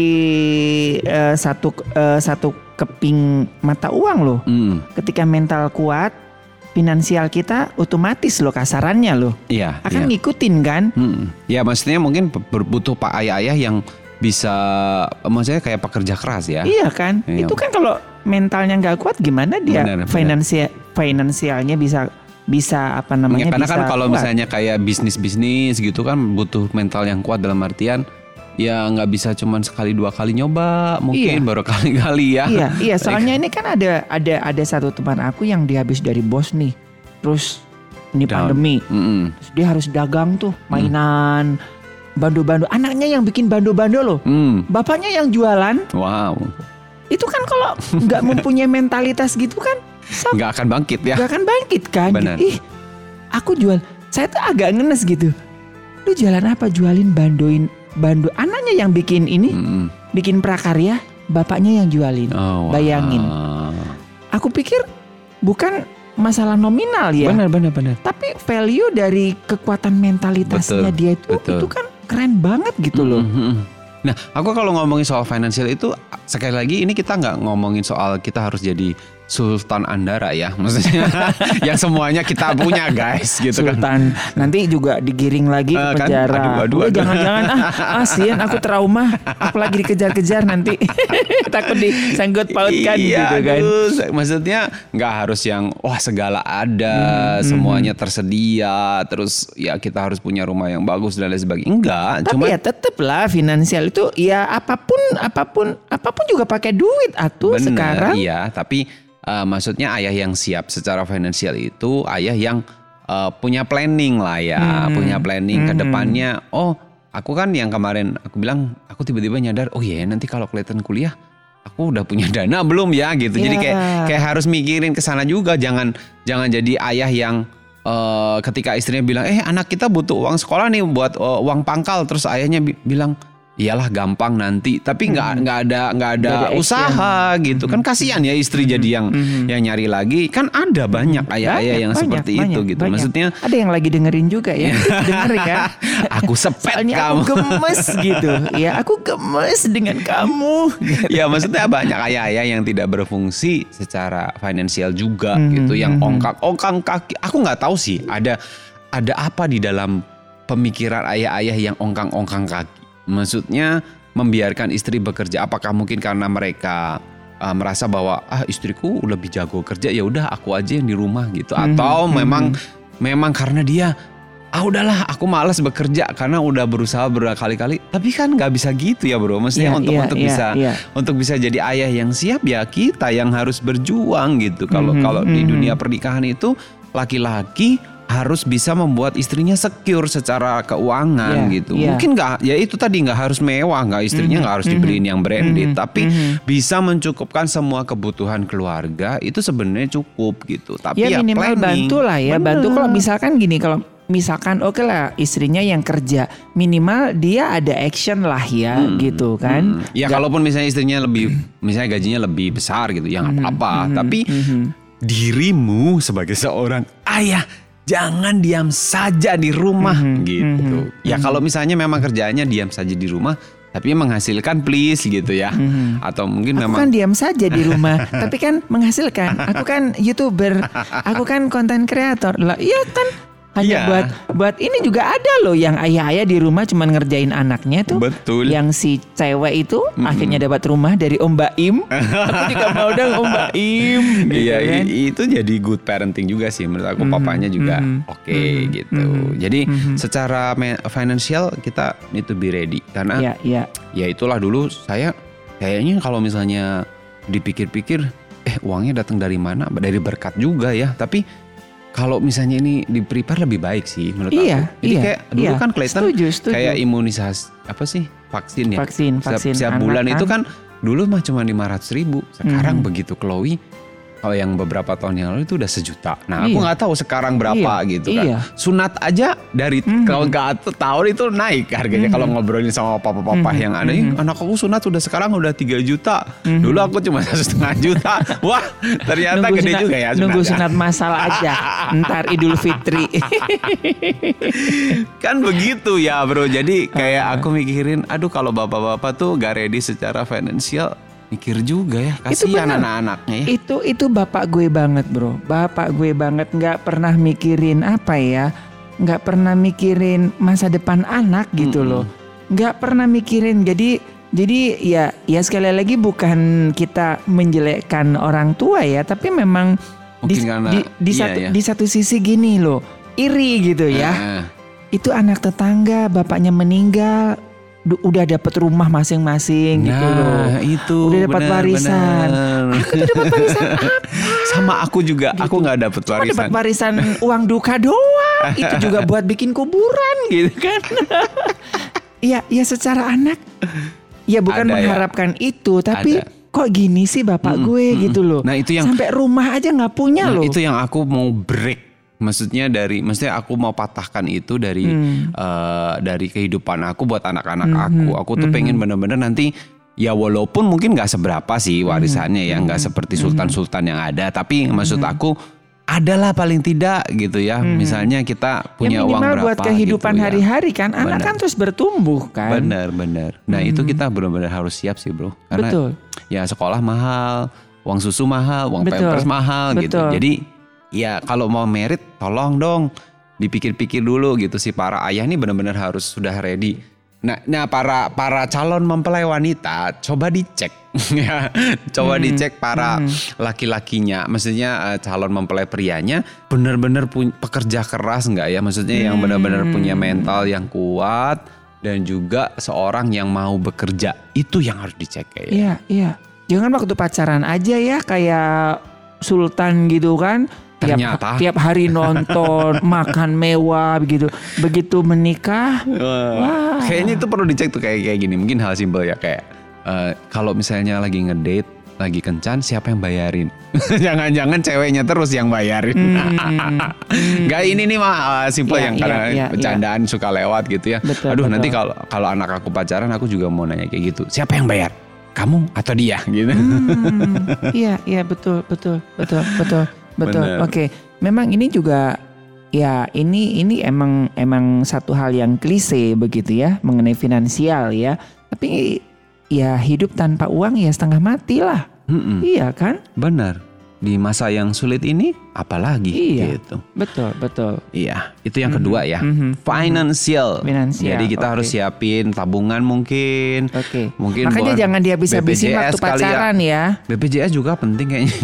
satu keping mata uang loh. Ketika mental kuat, finansial kita otomatis loh kasarannya loh. Iya. Akan ngikutin kan? Ya maksudnya mungkin butuh pak ayah-ayah yang bisa, maksudnya kayak pekerja keras ya. Iya kan? Iya. Itu kan kalau mentalnya nggak kuat gimana dia finansialnya bisa apa namanya? Ya, karena bisa kan kalau kuat. Misalnya kayak bisnis gitu kan butuh mental yang kuat dalam artian ya nggak bisa cuman sekali dua kali nyoba, mungkin baru kali-kali ya. Iya. Soalnya ini kan ada satu teman aku yang dia habis dari bos nih, terus ini pandemi, terus dia harus dagang tuh mainan, bando-bando. Anaknya yang bikin bando-bando loh, bapaknya yang jualan. Wow. Itu kan kalau nggak mempunyai mentalitas gitu kan, nggak akan bangkit ya. Nggak akan bangkit kan. Benar. Aku jual, saya tuh agak ngenes gitu. Lu jualan apa? Jualin bando, anaknya yang bikin ini, bikin prakarya, bapaknya yang jualin. Bayangin. Aku pikir bukan masalah nominal ya. Benar. Tapi value dari kekuatan mentalitasnya dia itu kan keren banget gitu loh. Nah, aku kalau ngomongin soal financial itu sekali lagi ini kita nggak ngomongin soal kita harus jadi Sultan Andara ya, maksudnya yang semuanya kita punya guys gitu Sultan. kan. Nanti juga digiring lagi ke penjara. Aduh. Jangan-jangan Sian aku trauma, aku lagi dikejar-kejar nanti takut disangkut pautkan gitu kan. Maksudnya nggak harus yang wah segala ada, semuanya tersedia, terus ya kita harus punya rumah yang bagus dan lain sebagainya. Enggak, tapi ya tetep lah finansial itu ya apapun juga pakai duit atuh sekarang. Iya, tapi maksudnya ayah yang siap secara finansial itu ayah yang punya planning lah ya, punya planning ke depannya. Oh, aku kan yang kemarin aku bilang, aku tiba-tiba nyadar, oh iya nanti kalau kelihatan kuliah, aku udah punya dana belum ya gitu. Jadi kayak harus mikirin ke sana juga, jangan jadi ayah yang ketika istrinya bilang, anak kita butuh uang sekolah nih buat uang pangkal, terus ayahnya bilang, iyalah gampang nanti, tapi nggak ada usaha gitu kan, kasihan ya istri jadi yang nyari lagi kan. Ada banyak ayah-ayah yang seperti itu gitu. Maksudnya ada yang lagi dengerin juga ya. Denger ya, aku sepet soalnya kamu, aku gemes gitu ya, aku gemes dengan kamu ya maksudnya banyak ayah-ayah yang tidak berfungsi secara finansial juga gitu, yang ongkang kaki. Aku nggak tahu sih ada apa di dalam pemikiran ayah-ayah yang ongkang kaki. Maksudnya membiarkan istri bekerja, apakah mungkin karena mereka merasa bahwa istriku lebih jago kerja, ya udah aku aja yang di rumah gitu, atau memang karena dia udahlah aku malas bekerja karena udah berusaha berkali-kali. Tapi kan nggak bisa gitu ya bro, maksudnya untuk bisa jadi ayah yang siap ya kita yang harus berjuang gitu. Kalau di dunia pernikahan itu laki-laki harus bisa membuat istrinya secure secara keuangan gitu. Mungkin nggak, ya itu tadi nggak harus mewah, nggak istrinya nggak harus dibeliin yang branded, tapi bisa mencukupkan semua kebutuhan keluarga itu sebenarnya cukup gitu. Tapi ya minimal planning. Bantu lah ya, bantu kalau misalkan gini, kalau misalkan oke lah istrinya yang kerja, minimal dia ada action lah ya gitu kan. Ya kalaupun misalnya istrinya misalnya gajinya lebih besar gitu, ya nggak apa-apa. Tapi dirimu sebagai seorang ayah, jangan diam saja di rumah gitu. Ya kalau misalnya memang kerjaannya diam saja di rumah, tapi menghasilkan please gitu ya. Atau mungkin aku kan diam saja di rumah, tapi kan menghasilkan. Aku kan YouTuber, aku kan konten kreator. Lah iya kan. Hanya buat ini juga ada loh yang ayah-ayah di rumah cuman ngerjain anaknya tuh. Betul. Yang si cewek itu akhirnya dapat rumah dari Om Baim. Aku juga mau dong Om Baim. Gitu iya kan. Itu jadi good parenting juga sih menurut aku. Papanya juga oke gitu. Jadi secara financial kita need to be ready. Karena ya itulah dulu saya kayaknya kalau misalnya dipikir-pikir uangnya datang dari mana? Dari berkat juga ya. Tapi kalau misalnya ini di prepare lebih baik sih menurut aku. Jadi kayak dulu kan Clayton kayak imunisasi apa sih, vaksin ya. Vaksin setiap bulan itu kan dulu mah cuma 500.000. Sekarang begitu Chloe, kalau yang beberapa tahun yang lalu itu udah 1 juta. Nah aku nggak tahu sekarang berapa gitu kan. Sunat aja dari tahun ke tahun itu naik harganya. Kalau ngobrolin sama papa-papa yang ada, anak aku sunat sekarang udah 3 juta. Dulu aku cuma 1,5 juta. Wah ternyata nunggu gede sunat, juga ya. Nunggu sunat masal aja. Ntar Idul Fitri. Kan begitu ya bro. Jadi kayak aku mikirin, aduh kalau bapak-bapak tuh gak ready secara finansial, mikir juga ya, kasihan anak-anaknya ya. Itu bapak gue banget bro, bapak gue banget, nggak pernah mikirin apa ya, nggak pernah mikirin masa depan anak gitu loh, nggak pernah mikirin. Jadi ya sekali lagi bukan kita menjelekkan orang tua ya, tapi memang di satu sisi gini loh, iri gitu ya. Itu anak tetangga bapaknya meninggal, udah dapat rumah masing-masing gitu loh. Itu udah dapat warisan. Aku tuh dapat warisan apa? Sama aku juga, gitu. Aku nggak dapat warisan. Cuma dapat warisan uang duka doang. Itu juga buat bikin kuburan gitu kan. Ya secara anak, ya bukan mengharapkan itu, tapi kok gini sih bapak gue gitu loh. Nah itu yang sampai rumah aja nggak punya loh. Itu yang aku mau break. Maksudnya aku mau patahkan itu dari kehidupan aku buat anak-anak aku. Aku tuh pengen bener-bener nanti ya walaupun mungkin nggak seberapa sih warisannya ya, nggak seperti sultan-sultan yang ada. Tapi maksud aku adalah paling tidak gitu ya. Misalnya kita punya uang berapa buat kehidupan gitu hari-hari kan. Anak kan terus bertumbuh kan. Benar. Nah itu kita benar-benar harus siap sih bro. Karena Betul. ya sekolah mahal, uang susu mahal, uang pampers mahal gitu. Jadi ya kalau mau merit tolong dong dipikir-pikir dulu gitu. Si para ayah ini benar-benar harus sudah ready. Nah para calon mempelai wanita coba dicek ya, coba dicek para laki-lakinya, maksudnya calon mempelai prianya benar-benar pekerja keras nggak ya, maksudnya yang benar-benar punya mental yang kuat dan juga seorang yang mau bekerja, itu yang harus dicek ya. Iya. Jangan waktu pacaran aja ya kayak sultan gitu kan. Tiap hari nonton, makan mewah begitu. Begitu menikah, wah. Kayaknya itu perlu dicek tuh kayak gini. Mungkin hal simpel ya kayak kalau misalnya lagi ngedate, lagi kencan, siapa yang bayarin? Jangan-jangan ceweknya terus yang bayarin. Gak ini nih mah simpel yang karena bercandaan suka lewat gitu ya. Betul. Nanti kalau anak aku pacaran, aku juga mau nanya kayak gitu. Siapa yang bayar? Kamu atau dia? Gitu. Iya betul. Oke. Memang ini juga ya ini emang satu hal yang klise begitu ya mengenai finansial ya. Tapi ya hidup tanpa uang ya setengah mati lah. Iya kan? Benar. Di masa yang sulit ini apalagi gitu. Betul. Iya, itu yang kedua ya. Financial. Jadi kita harus siapin tabungan mungkin. Mungkin makanya jangan dihabis-habisin waktu pacaran ya. BPJS juga penting kayaknya.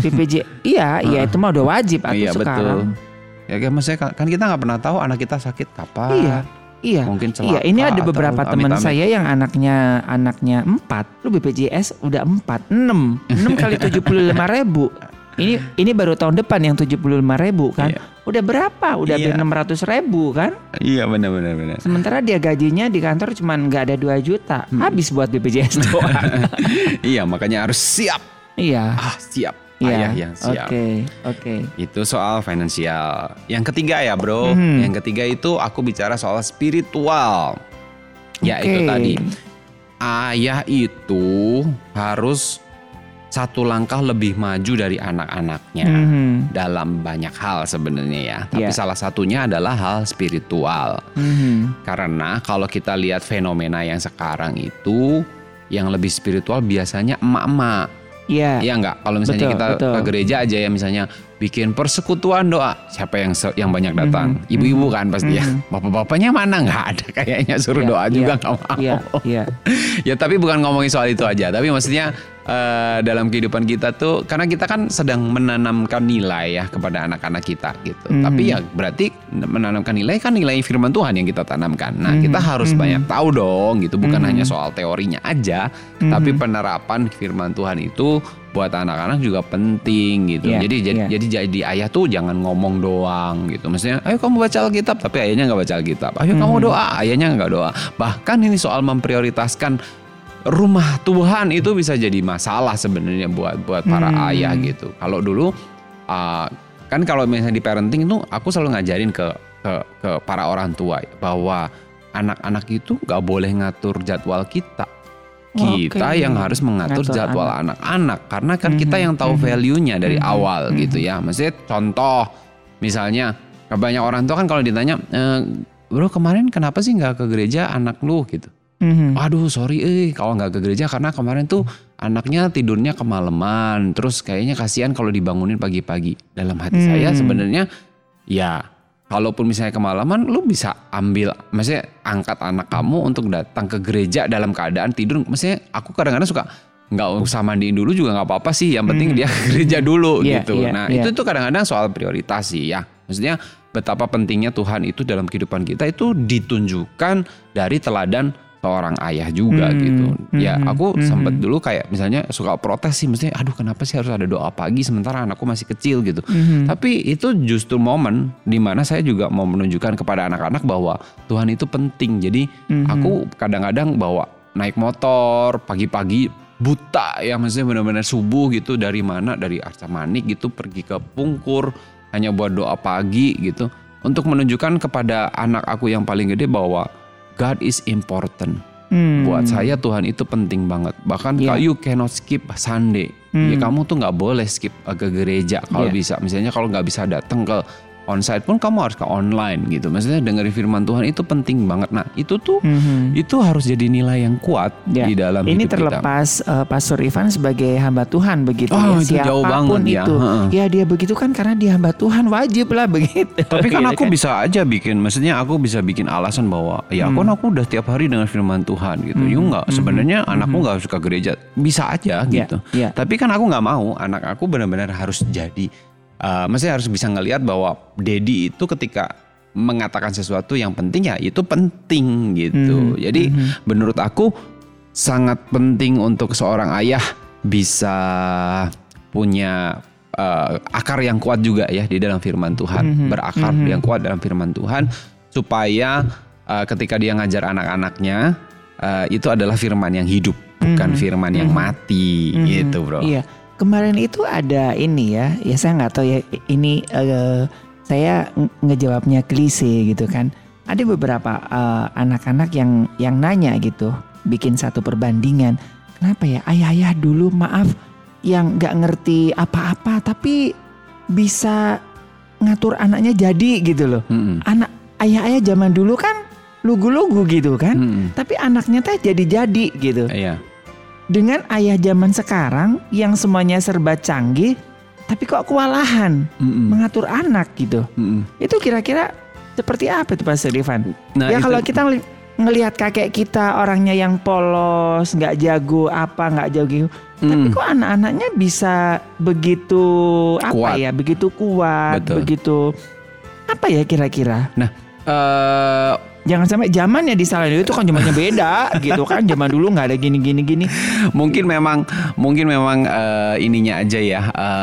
Iya itu mah udah wajib sekarang. Betul. Ya kayak maksudnya kan kita nggak pernah tahu anak kita sakit kapan. Iya. Mungkin celaka. Iya, ini ada beberapa teman saya yang anaknya 4, lu BPJS udah 6 kali 75.000. Ini baru tahun depan yang 75.000 kan. Udah berapa? Udah 600.000 kan? Iya benar. Sementara dia gajinya di kantor cuman nggak ada 2 juta. Habis buat BPJS doang. Iya, makanya harus siap. Iya. Siap. Ayah yang siap. Oke. Itu soal finansial. Yang ketiga ya bro. Yang ketiga itu aku bicara soal spiritual. Ya itu tadi. Ayah itu harus satu langkah lebih maju dari anak-anaknya dalam banyak hal sebenarnya ya. Tapi salah satunya adalah hal spiritual. Karena kalau kita lihat fenomena yang sekarang itu, yang lebih spiritual biasanya emak-emak. Iya enggak? Kalau misalnya kita ke gereja aja ya, misalnya bikin persekutuan doa, siapa yang banyak datang? Ibu-ibu kan pasti ya. Bapak-bapaknya mana? Nggak ada kayaknya, suruh doa juga nggak mau. Ya tapi bukan ngomongin soal itu aja, tapi maksudnya dalam kehidupan kita tuh, karena kita kan sedang menanamkan nilai ya kepada anak-anak kita gitu. Tapi ya berarti menanamkan nilai kan nilai firman Tuhan yang kita tanamkan. Nah kita harus banyak tahu dong gitu, bukan hanya soal teorinya aja, tapi penerapan firman Tuhan itu buat anak-anak juga penting gitu. Jadi ayah tuh jangan ngomong doang gitu. Maksudnya, ayo kamu baca Alkitab, tapi ayahnya nggak baca Alkitab. Ayo kamu doa, ayahnya nggak doa. Bahkan ini soal memprioritaskan rumah Tuhan itu bisa jadi masalah sebenarnya buat para ayah gitu. Kalau dulu kan kalau misalnya di parenting itu aku selalu ngajarin ke para orang tua bahwa anak-anak itu nggak boleh ngatur jadwal kita. Kita yang harus mengatur jadwal anak-anak, karena kan kita yang tahu value-nya dari awal gitu ya. Maksudnya contoh misalnya banyak orang tua kan kalau ditanya, bro kemarin kenapa sih nggak ke gereja anak lu gitu. Aduh sorry kalau nggak ke gereja karena kemarin tuh anaknya tidurnya kemalaman, terus kayaknya kasihan kalau dibangunin pagi-pagi. Dalam hati saya sebenarnya ya kalaupun misalnya kemalaman, lu bisa maksudnya angkat anak kamu untuk datang ke gereja dalam keadaan tidur. Maksudnya aku kadang-kadang suka nggak usah mandiin dulu juga nggak apa-apa sih, yang penting dia ke gereja dulu gitu. Itu tuh kadang-kadang soal prioritas sih ya. Maksudnya betapa pentingnya Tuhan itu dalam kehidupan kita itu ditunjukkan dari teladan seorang ayah juga gitu. Ya aku sempat dulu kayak misalnya suka protes sih, mestinya aduh kenapa sih harus ada doa pagi sementara anakku masih kecil gitu. Tapi itu justru momen dimana saya juga mau menunjukkan kepada anak-anak bahwa Tuhan itu penting. Jadi aku kadang-kadang bawa naik motor pagi-pagi buta ya, maksudnya benar-benar subuh gitu, dari mana, dari Arca Manik gitu pergi ke Pungkur hanya buat doa pagi gitu, untuk menunjukkan kepada anak aku yang paling gede bahwa God is important. Buat saya Tuhan itu penting banget. Bahkan you cannot skip Sunday. Ya kamu tuh nggak boleh skip ke gereja kalau bisa. Misalnya kalau nggak bisa datang ke onsite pun kamu harus ke online gitu. Maksudnya dengerin firman Tuhan itu penting banget. Nah itu tuh itu harus jadi nilai yang kuat di dalam ini hidup terlepas Pastor Ivan sebagai hamba Tuhan begitu itu ya. jauh Siapapun banget, itu ya dia begitu kan karena dia hamba Tuhan, wajib lah begitu. Tapi kan aku bisa aja bikin, maksudnya aku bisa bikin alasan bahwa ya aku udah tiap hari dengar firman Tuhan gitu. Nggak, sebenarnya anakku nggak suka gereja, bisa aja gitu. Tapi kan aku nggak mau anak aku benar-benar harus jadi maksudnya harus bisa ngelihat bahwa Dedi itu ketika mengatakan sesuatu yang penting ya itu penting gitu. Jadi menurut aku sangat penting untuk seorang ayah bisa punya akar yang kuat juga ya di dalam firman Tuhan, berakar yang kuat dalam firman Tuhan supaya ketika dia ngajar anak-anaknya itu adalah firman yang hidup, bukan firman yang mati gitu, bro. Iya. Kemarin itu ada ini ya saya nggak tahu ya ini saya ngejawabnya klise gitu kan. Ada beberapa anak-anak yang nanya gitu, bikin satu perbandingan. Kenapa ya ayah-ayah dulu maaf yang nggak ngerti apa-apa tapi bisa ngatur anaknya jadi gitu loh. Anak ayah-ayah zaman dulu kan lugu-lugu gitu kan, tapi anaknya teh jadi-jadi gitu. Iya. Dengan ayah zaman sekarang yang semuanya serba canggih, tapi kok kewalahan mengatur anak gitu. Itu kira-kira seperti apa itu Pastor Ivan? Nah, ya kalau kita ngelihat kakek kita orangnya yang polos, nggak jago apa, nggak jago, tapi kok anak-anaknya bisa begitu kuat. begitu kuat, betul. Begitu apa ya kira-kira? Nah, jangan sampai zamannya disalahin, itu kan zamannya beda gitu kan. Zaman dulu nggak ada gini. Mungkin memang ininya aja ya,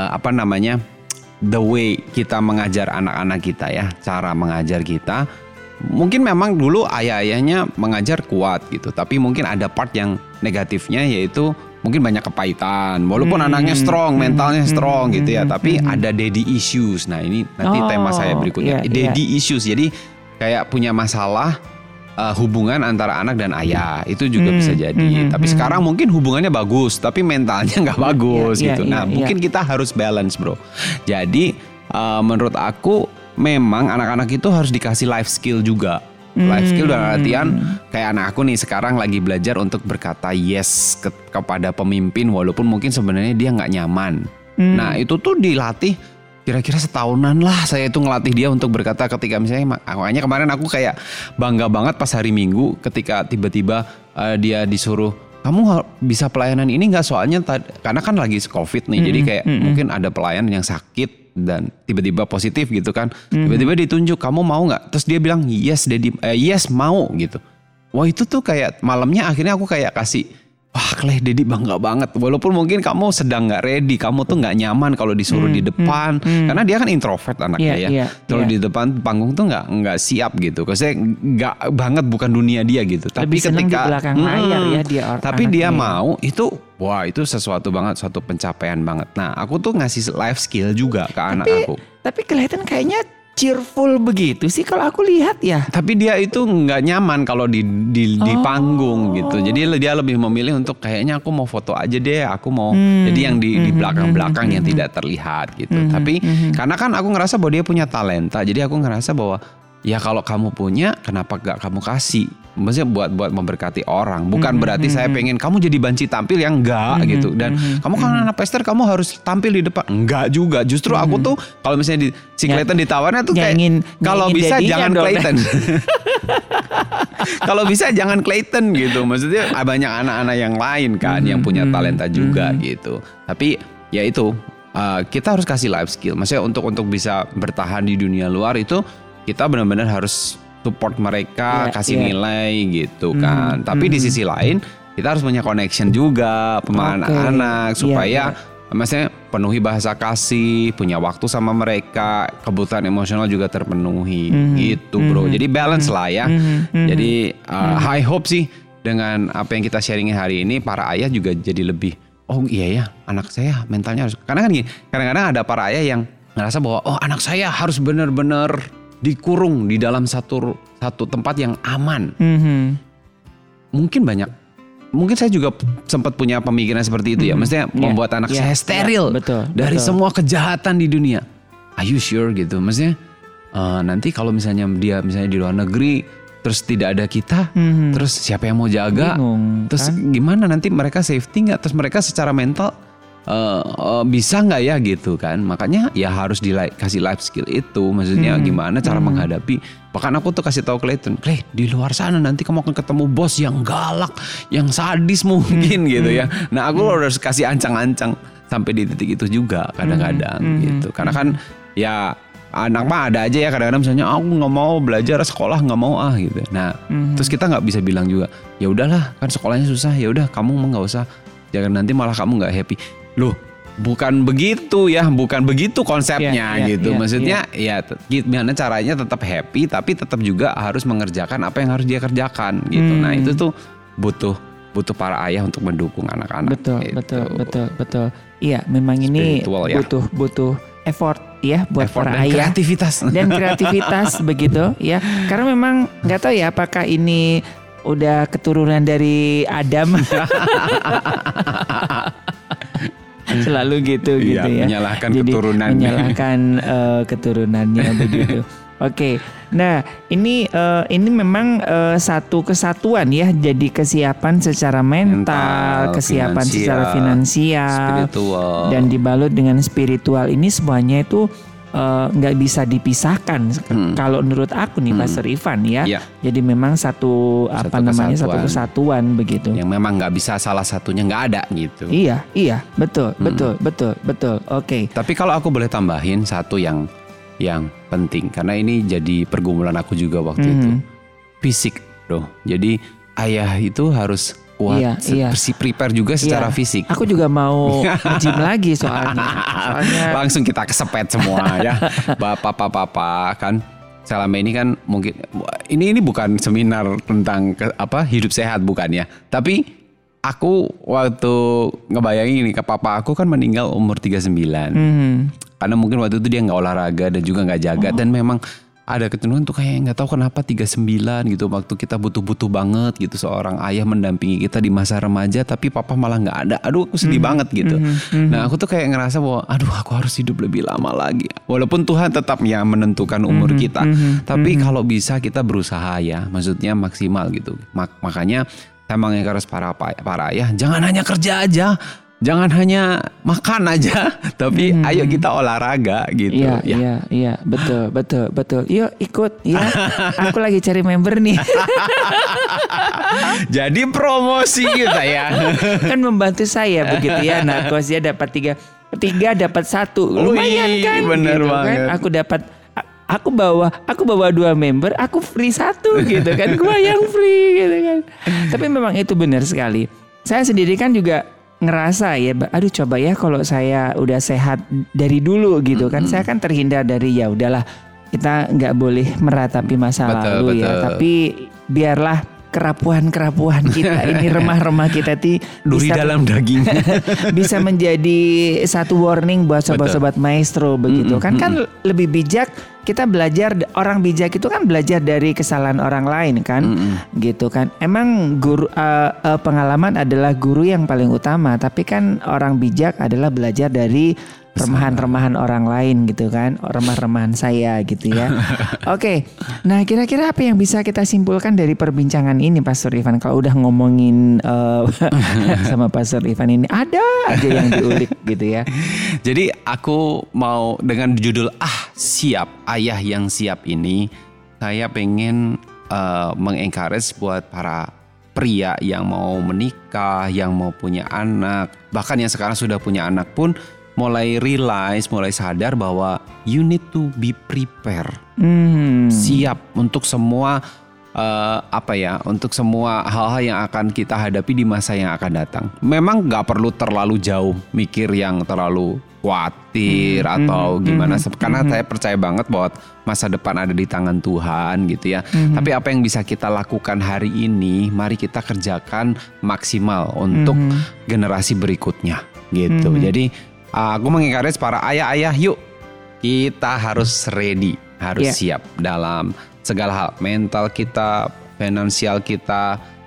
the way kita mengajar anak-anak kita ya, cara mengajar kita. Mungkin memang dulu ayah-ayahnya mengajar kuat gitu, tapi mungkin ada part yang negatifnya yaitu mungkin banyak kepahitan. Walaupun anaknya strong, mentalnya strong gitu ya, tapi ada daddy issues. Nah ini nanti tema saya berikutnya, daddy issues. Jadi kayak punya masalah hubungan antara anak dan ayah, itu juga bisa jadi. Tapi sekarang mungkin hubungannya bagus, tapi mentalnya nggak bagus gitu. Nah mungkin kita harus balance, bro. Jadi menurut aku memang anak-anak itu harus dikasih life skill juga. Life skill dalam artian kayak anak aku nih sekarang lagi belajar untuk berkata yes kepada pemimpin walaupun mungkin sebenarnya dia nggak nyaman. Nah itu tuh dilatih kira-kira setahunan lah saya itu ngelatih dia untuk berkata ketika misalnya, makanya kemarin aku kayak bangga banget pas hari Minggu ketika tiba-tiba dia disuruh, kamu bisa pelayanan ini nggak, soalnya karena kan lagi COVID nih, jadi kayak mungkin ada pelayan yang sakit dan tiba-tiba positif gitu kan, tiba-tiba ditunjuk, kamu mau nggak? Terus dia bilang yes Daddy, yes mau gitu. Wah itu tuh kayak malamnya akhirnya aku kayak kasih, wah Kleh Dedi bangga banget. Walaupun mungkin kamu sedang gak ready, kamu tuh gak nyaman kalau disuruh di depan. Karena dia kan introvert anaknya Kalau di depan panggung tuh gak siap gitu. Karena saya gak banget, bukan dunia dia gitu. Tapi lebih senang di belakang layar ya dia. Tapi dia mau itu, wah itu sesuatu banget, suatu pencapaian banget. Nah aku tuh ngasih life skill juga ke anak aku. Tapi kelihatan kayaknya cheerful begitu sih kalau aku lihat ya. Tapi dia itu nggak nyaman kalau di panggung gitu. Jadi dia lebih memilih untuk kayaknya aku mau foto aja deh. Aku mau jadi yang di belakang-belakang yang tidak terlihat gitu. Tapi karena kan aku ngerasa bahwa dia punya talenta. Jadi aku ngerasa bahwa ya kalau kamu punya, kenapa gak kamu kasih? Maksudnya buat memberkati orang. Bukan berarti saya pengen kamu jadi banci tampil yang enggak gitu. Dan kamu kan anak pastor, kamu harus tampil di depan. Enggak juga. Justru aku tuh kalau misalnya si Clayton ditawarnya tuh kayak kalau bisa jangan Clayton. Kalau bisa jangan Clayton gitu. Maksudnya banyak anak-anak yang lain kan yang punya talenta juga gitu. Tapi ya itu kita harus kasih life skill. Maksudnya untuk bisa bertahan di dunia luar itu kita benar-benar harus support mereka, kasih nilai gitu kan. Tapi di sisi lain kita harus punya connection juga sama anak-anak supaya maksudnya penuhi bahasa kasih, punya waktu sama mereka, kebutuhan emosional juga terpenuhi gitu bro. Jadi balance lah ya. Jadi I hope sih dengan apa yang kita sharingin hari ini para ayah juga jadi lebih, oh iya ya anak saya mentalnya harus, karena kan gini, kadang-kadang ada para ayah yang ngerasa bahwa oh anak saya harus benar-benar dikurung di dalam satu tempat yang aman. Mungkin banyak mungkin saya juga sempat punya pemikiran seperti itu ya. Maksudnya membuat anak saya steril dari semua kejahatan di dunia. Are you sure gitu? Maksudnya nanti kalau misalnya dia misalnya di luar negeri terus tidak ada kita, terus siapa yang mau jaga? Bingung, terus gimana nanti mereka safety nggak? Terus mereka secara mental bisa nggak ya gitu kan? Makanya ya harus dikasih life skill itu. Maksudnya gimana cara menghadapi. Bahkan aku tuh kasih tahu Clayton, Clay, di luar sana nanti kamu akan ketemu bos yang galak, yang sadis mungkin gitu ya. Nah aku harus kasih ancang-ancang sampai di titik itu juga kadang-kadang gitu. Karena kan ya anak mah ada aja ya kadang-kadang misalnya aku nggak mau belajar sekolah nggak mau gitu. Nah terus kita nggak bisa bilang juga ya udahlah kan sekolahnya susah, ya udah kamu mah nggak usah, jangan nanti malah kamu nggak happy. Loh, bukan begitu ya, bukan begitu konsepnya gitu. Maksudnya ya gimana caranya tetap happy tapi tetap juga harus mengerjakan apa yang harus dia kerjakan gitu. Nah, itu tuh butuh para ayah untuk mendukung anak-anak. Betul, gitu. betul. Iya, memang ini butuh effort ya buat para ayah dan kreativitas begitu ya. Karena memang nggak tahu ya apakah ini udah keturunan dari Adam. Selalu gitu ya. Menyalahkan keturunannya. Menyalahkan keturunannya begitu. Oke. Nah, ini memang satu kesatuan ya. Jadi kesiapan secara mental, kesiapan secara finansial, spiritual, dan dibalut dengan spiritual. Ini semuanya itu nggak bisa dipisahkan. Kalau menurut aku nih Pastor Ivan ya. Jadi memang satu kesatuan begitu. Yang memang nggak bisa salah satunya nggak ada gitu. Iya, betul. Oke. Tapi kalau aku boleh tambahin satu yang penting karena ini jadi pergumulan aku juga waktu itu. Fisik, Bro. Jadi ayah itu harus kuat, prepare juga secara fisik. Aku juga mau gym lagi soalnya. Langsung kita kesepet semua ya. Bapak-bapak kan selama ini kan mungkin ini bukan seminar tentang hidup sehat bukan ya. Tapi aku waktu ngebayangin ini ke papa aku kan meninggal umur 39. Karena mungkin waktu itu dia nggak olahraga dan juga nggak jaga dan memang ada kecenderungan tuh kayak nggak tahu kenapa 39 gitu waktu kita butuh banget gitu seorang ayah mendampingi kita di masa remaja tapi papa malah nggak ada. Aduh aku sedih banget gitu. Nah aku tuh kayak ngerasa bahwa aduh aku harus hidup lebih lama lagi. Walaupun Tuhan tetap ya menentukan umur kita. Tapi kalau bisa kita berusaha ya, maksudnya maksimal gitu. Makanya saya mengencourage para ayah jangan hanya kerja aja. Jangan hanya makan aja, tapi ayo kita olahraga gitu. Iya, betul. Yuk ikut ya. Aku lagi cari member nih. Jadi promosi gitu ya. Kan membantu saya begitu ya. Nah, kosnya dapat 3 dapat 1. Lumayan kan? Bener gitu, banget. Kan? Aku bawa 2 member, aku free 1 gitu kan. Gua yang free gitu kan. Tapi memang itu benar sekali. Saya sendiri kan juga ngerasa ya, aduh coba ya kalau saya udah sehat dari dulu gitu kan, saya kan terhindar dari ya udahlah kita nggak boleh meratapi masa lalu ya, tapi biarlah kerapuhan kita ini remah-remah kita duri dalam daging bisa menjadi satu warning buat sobat-sobat maestro begitu kan lebih bijak kita belajar, orang bijak itu kan belajar dari kesalahan orang lain kan gitu kan. Emang guru pengalaman adalah guru yang paling utama, tapi kan orang bijak adalah belajar dari remahan-remahan orang lain gitu kan, remah-remahan saya gitu ya. Oke. Nah, kira-kira apa yang bisa kita simpulkan dari perbincangan ini Pastor Ivan? Kalau udah ngomongin sama Pastor Ivan ini ada aja yang diulik gitu ya. Jadi aku mau dengan judul siap, ayah yang siap ini, saya pengen mengencourage buat para pria yang mau menikah, yang mau punya anak, bahkan yang sekarang sudah punya anak pun mulai realize, mulai sadar bahwa you need to be prepared. Siap untuk semua untuk semua hal-hal yang akan kita hadapi di masa yang akan datang. Memang gak perlu terlalu jauh mikir yang terlalu khawatir atau gimana, karena saya percaya banget bahwa masa depan ada di tangan Tuhan gitu ya. Tapi apa yang bisa kita lakukan hari ini, mari kita kerjakan maksimal untuk generasi berikutnya gitu. Jadi aku mengencourage para ayah-ayah, yuk kita harus ready, harus siap dalam segala hal, mental kita, finansial kita,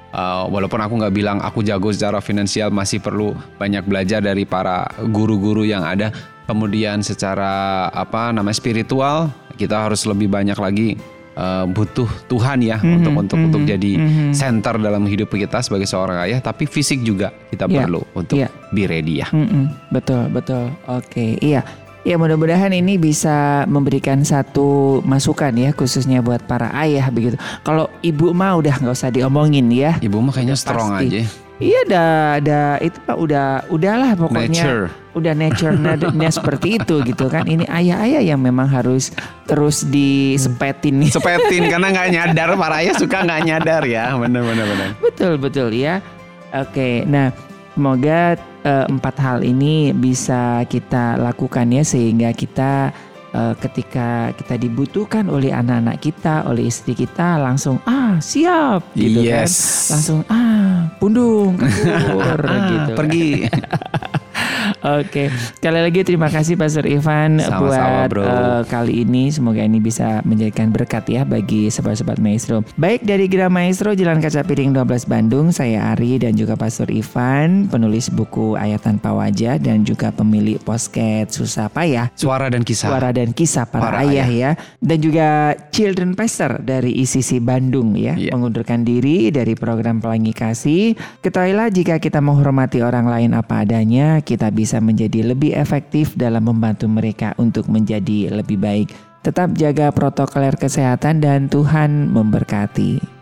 Walaupun aku nggak bilang aku jago secara finansial, masih perlu banyak belajar dari para guru-guru yang ada. Kemudian secara spiritual, kita harus lebih banyak lagi butuh Tuhan ya untuk jadi center dalam hidup kita sebagai seorang ayah. Tapi fisik juga kita perlu untuk be ready ya. Betul. Oke, iya. Ya, mudah-mudahan ini bisa memberikan satu masukan ya, khususnya buat para ayah begitu. Kalau ibu mah udah nggak usah diomongin ya. Ibu mah kayaknya strong aja. Iya, ada itu Pak, udahlah pokoknya. Nature. Udah nature-nya seperti itu gitu kan. Ini ayah-ayah yang memang harus terus disepetin. Sepetin karena nggak nyadar, para ayah suka nggak nyadar ya. Benar. Betul ya. Oke, nah semoga 4 hal ini bisa kita lakukan ya, sehingga kita ketika kita dibutuhkan oleh anak-anak kita, oleh istri kita, langsung siap gitu kan, langsung pundung kabur gitu pergi. Oke, sekali lagi terima kasih Pastor Ivan buat kali ini. Semoga ini bisa menjadikan berkat ya bagi sobat-sobat Maestro. Baik, dari Geram Maestro Jalan Kaca Piring 12 Bandung, saya Ari dan juga Pastor Ivan, penulis buku Ayat Tanpa Wajah dan juga pemilik podcast Susah Payah, Suara dan Kisah para ayah ya, dan juga Children Pastor dari ICC Bandung ya, mengundurkan diri dari program Pelangi Kasih. Ketahuilah, jika kita menghormati orang lain apa adanya, kita bisa menjadi lebih efektif dalam membantu mereka untuk menjadi lebih baik. Tetap jaga protokol kesehatan dan Tuhan memberkati.